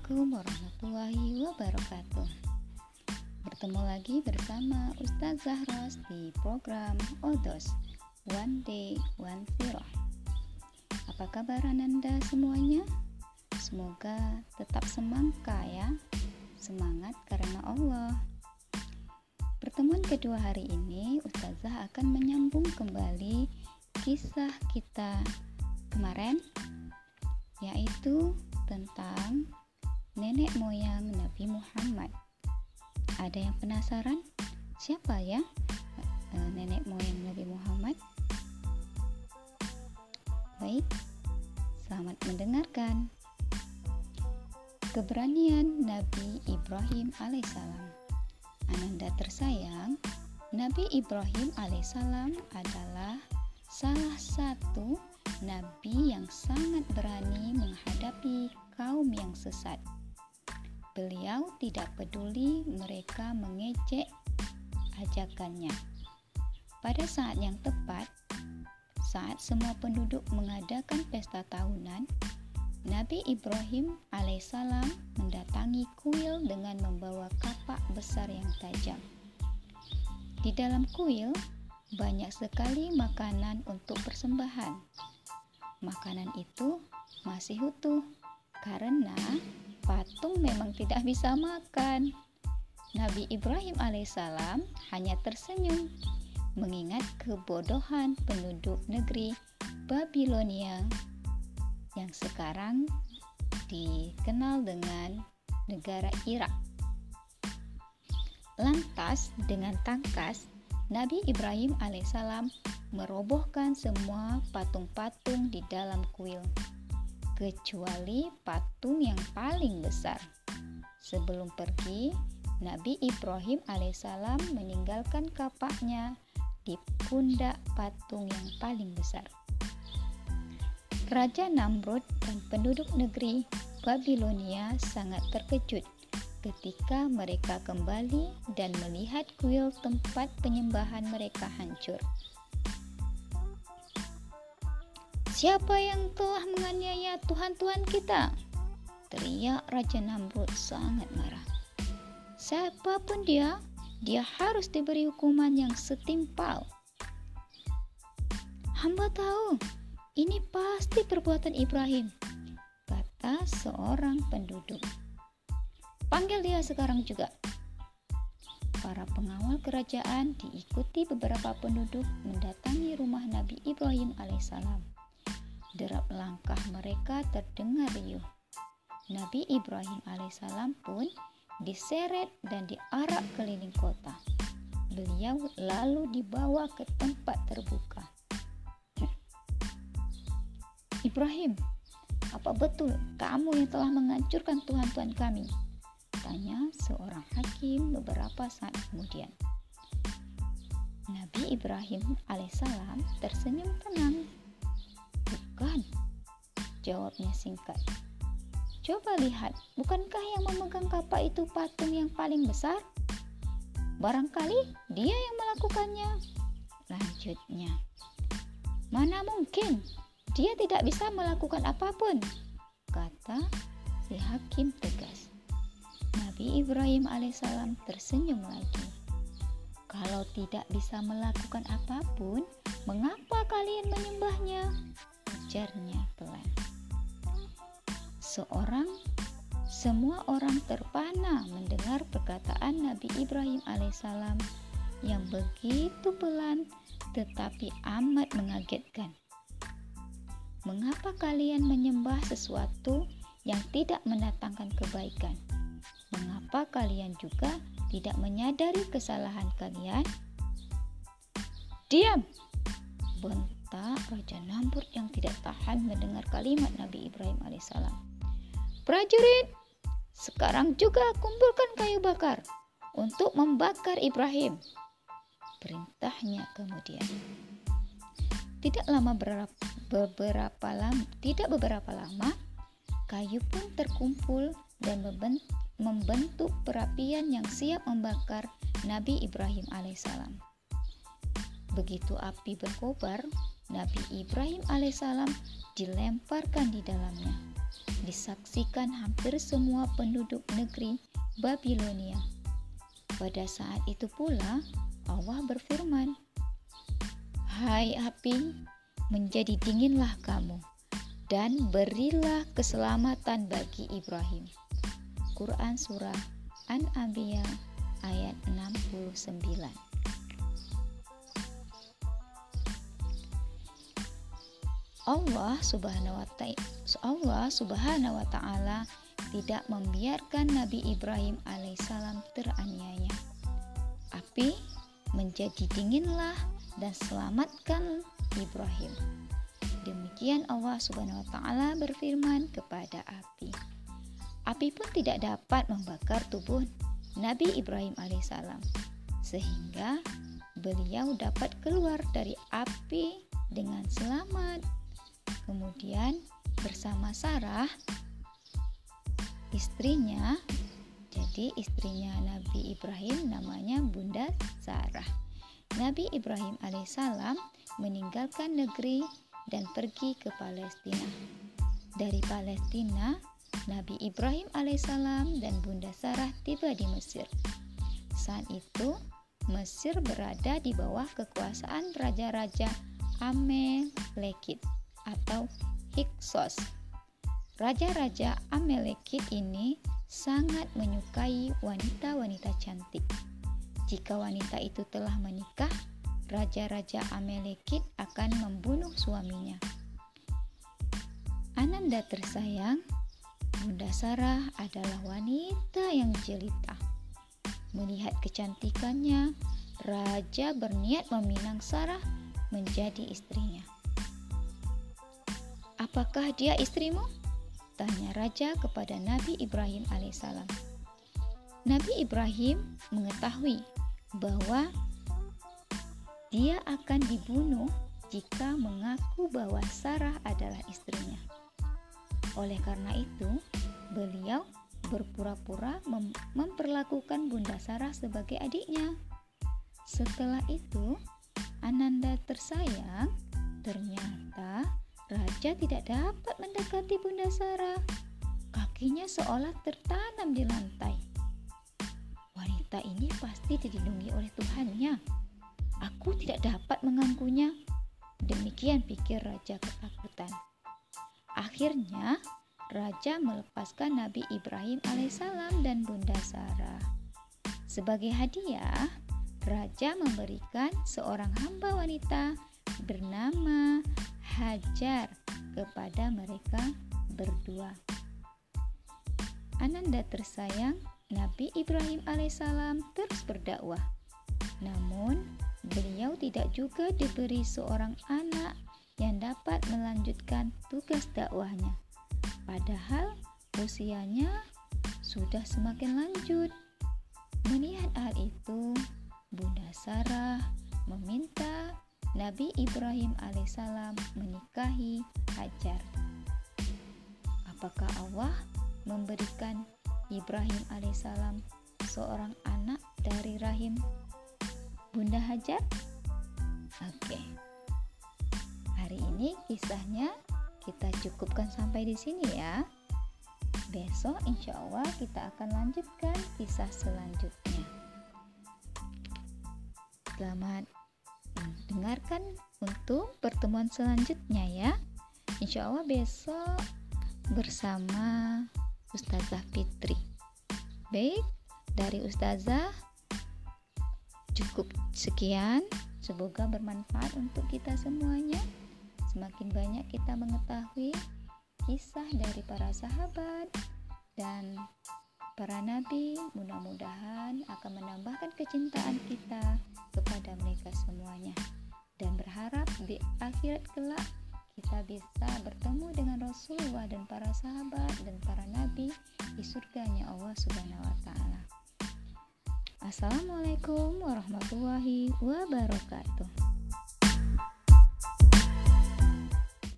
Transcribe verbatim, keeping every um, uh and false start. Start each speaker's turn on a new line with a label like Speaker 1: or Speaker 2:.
Speaker 1: Assalamualaikum warahmatullahi wabarakatuh. Bertemu lagi bersama Ustazah Ros di program Odos One Day One Zero. Apa kabar Ananda semuanya? Semoga tetap semangka ya. Semangat karena Allah. Pertemuan kedua hari ini Ustazah akan menyambung kembali kisah kita kemarin, yaitu tentang nenek moyang Nabi Muhammad. Ada yang penasaran? Siapa ya nenek moyang Nabi Muhammad? Baik, selamat mendengarkan. Keberanian Nabi Ibrahim alaihissalam. Ananda tersayang, Nabi Ibrahim alaihissalam adalah salah satu nabi yang sangat berani menghadapi kaum yang sesat. Beliau tidak peduli mereka mengejek ajakannya. Pada saat yang tepat, saat semua penduduk mengadakan pesta tahunan, Nabi Ibrahim alaihissalam mendatangi kuil dengan membawa kapak besar yang tajam. Di dalam kuil banyak sekali makanan untuk persembahan. Makanan itu masih utuh karena patung memang tidak bisa makan. Nabi Ibrahim alaihissalam hanya tersenyum mengingat kebodohan penduduk negeri Babilonia yang sekarang dikenal dengan negara Irak. Lantas dengan tangkas Nabi Ibrahim alaihissalam merobohkan semua patung-patung di dalam kuil, kecuali patung yang paling besar. Sebelum pergi, Nabi Ibrahim alaihissalam meninggalkan kapaknya di pundak patung yang paling besar. Raja Namrud dan penduduk negeri Babilonia sangat terkejut ketika mereka kembali dan melihat kuil tempat penyembahan mereka hancur. Siapa yang telah menganiaya Tuhan-Tuhan kita? Teriak Raja Namrud sangat marah. Siapapun dia, dia harus diberi hukuman yang setimpal. Hamba tahu, ini pasti perbuatan Ibrahim, kata seorang penduduk. Panggil dia sekarang juga. Para pengawal kerajaan diikuti beberapa penduduk mendatangi rumah Nabi Ibrahim alaihissalam. Derap langkah mereka terdengar riuh. Nabi Ibrahim alaihissalam pun diseret dan diarak keliling kota. Beliau lalu dibawa ke tempat terbuka. Ibrahim, apa betul kamu yang telah menghancurkan Tuhan-Tuhan kami? Tanya seorang hakim beberapa saat kemudian. Nabi Ibrahim alaihissalam tersenyum tenang. Bukan, jawabnya singkat. Coba lihat, bukankah yang memegang kapak itu patung yang paling besar? Barangkali dia yang melakukannya. Lanjutnya, mana mungkin, dia tidak bisa melakukan apapun, kata si hakim tegas. Nabi Ibrahim alaihissalam tersenyum lagi. Kalau tidak bisa melakukan apapun, mengapa kalian menyembahnya? Ujarnya pelan. Seorang, semua orang terpana mendengar perkataan Nabi Ibrahim alaihissalam yang begitu pelan tetapi amat mengagetkan. Mengapa kalian menyembah sesuatu yang tidak mendatangkan kebaikan? Mengapa kalian juga tidak menyadari kesalahan kalian? Diam! Bentak Raja Namrud yang tidak tahan mendengar kalimat Nabi Ibrahim alaihissalam. Prajurit, sekarang juga kumpulkan kayu bakar untuk membakar Ibrahim, perintahnya kemudian. Tidak lama beberapa, beberapa lama, tidak beberapa lama, kayu pun terkumpul dan membentuk perapian yang siap membakar Nabi Ibrahim alaihissalam. Begitu api berkobar, Nabi Ibrahim alaihissalam dilemparkan di dalamnya. disaksikan hampir semua penduduk negeri Babilonia. Pada saat itu pula Allah berfirman, "Hai api, menjadi dinginlah kamu, dan berilah keselamatan bagi Ibrahim." Quran Surah An-Anbiya ayat enam puluh sembilan. Allah Subhanahu wa ta'ala Allah Subhanahu wa ta'ala tidak membiarkan Nabi Ibrahim alaihissalam teraniaya. Api, menjadi dinginlah dan selamatkan Ibrahim. Demikian Allah Subhanahu wa ta'ala berfirman kepada api. Api pun tidak dapat membakar tubuh Nabi Ibrahim alaihissalam, sehingga beliau dapat keluar dari api dengan selamat. Kemudian bersama Sarah, istrinya, jadi istrinya Nabi Ibrahim namanya Bunda Sarah. Nabi Ibrahim alaihissalam meninggalkan negeri dan pergi ke Palestina. Dari Palestina, Nabi Ibrahim alaihissalam dan Bunda Sarah tiba di Mesir. Saat itu, Mesir berada di bawah kekuasaan raja-raja Amalekit atau Hyksos. Raja-raja Amalekit ini sangat menyukai wanita-wanita cantik. Jika wanita itu telah menikah, raja-raja Amalekit akan membunuh suaminya. Ananda tersayang, Bunda Sarah adalah wanita yang jelita. Melihat kecantikannya, raja berniat meminang Sarah menjadi istrinya. "Apakah dia istrimu?" tanya raja kepada Nabi Ibrahim alaihissalam. Nabi Ibrahim mengetahui bahwa dia akan dibunuh jika mengaku bahwa Sarah adalah istrinya. Oleh karena itu, beliau berpura-pura mem- memperlakukan Bunda Sarah sebagai adiknya. Setelah itu, Ananda tersayang, ternyata raja tidak dapat mendekati Bunda Sarah. Kakinya seolah tertanam di lantai. Wanita ini pasti dilindungi oleh Tuhannya. Aku tidak dapat mengganggunya. Demikian pikir raja ketakutan. Akhirnya, raja melepaskan Nabi Ibrahim alaihissalam dan Bunda Sarah. Sebagai hadiah, raja memberikan seorang hamba wanita bernama Hajar kepada mereka berdua. Ananda tersayang, Nabi Ibrahim alaihissalam terus berdakwah. Namun, beliau tidak juga diberi seorang anak yang dapat melanjutkan tugas dakwahnya. Padahal usianya sudah semakin lanjut. Melihat hal itu, Bunda Sarah meminta Nabi Ibrahim alaihissalam menikahi Hajar. Apakah Allah memberikan Ibrahim alaihissalam seorang anak dari rahim Bunda Hajar? Oke. Hari ini kisahnya kita cukupkan sampai di sini ya. Besok insya Allah kita akan lanjutkan kisah selanjutnya. Selamat dengarkan untuk pertemuan selanjutnya ya. Insya Allah besok bersama Ustazah Fitri. Baik, dari Ustazah cukup sekian. Semoga bermanfaat untuk kita semuanya. Semakin banyak kita mengetahui kisah dari para sahabat dan para nabi, mudah-mudahan akan menambahkan kecintaan kita kepada mereka semuanya, dan berharap di akhirat kelak kita bisa bertemu dengan Rasulullah dan para sahabat dan para nabi di surganya Allah Subhanahu wa ta'ala. Assalamualaikum warahmatullahi wabarakatuh.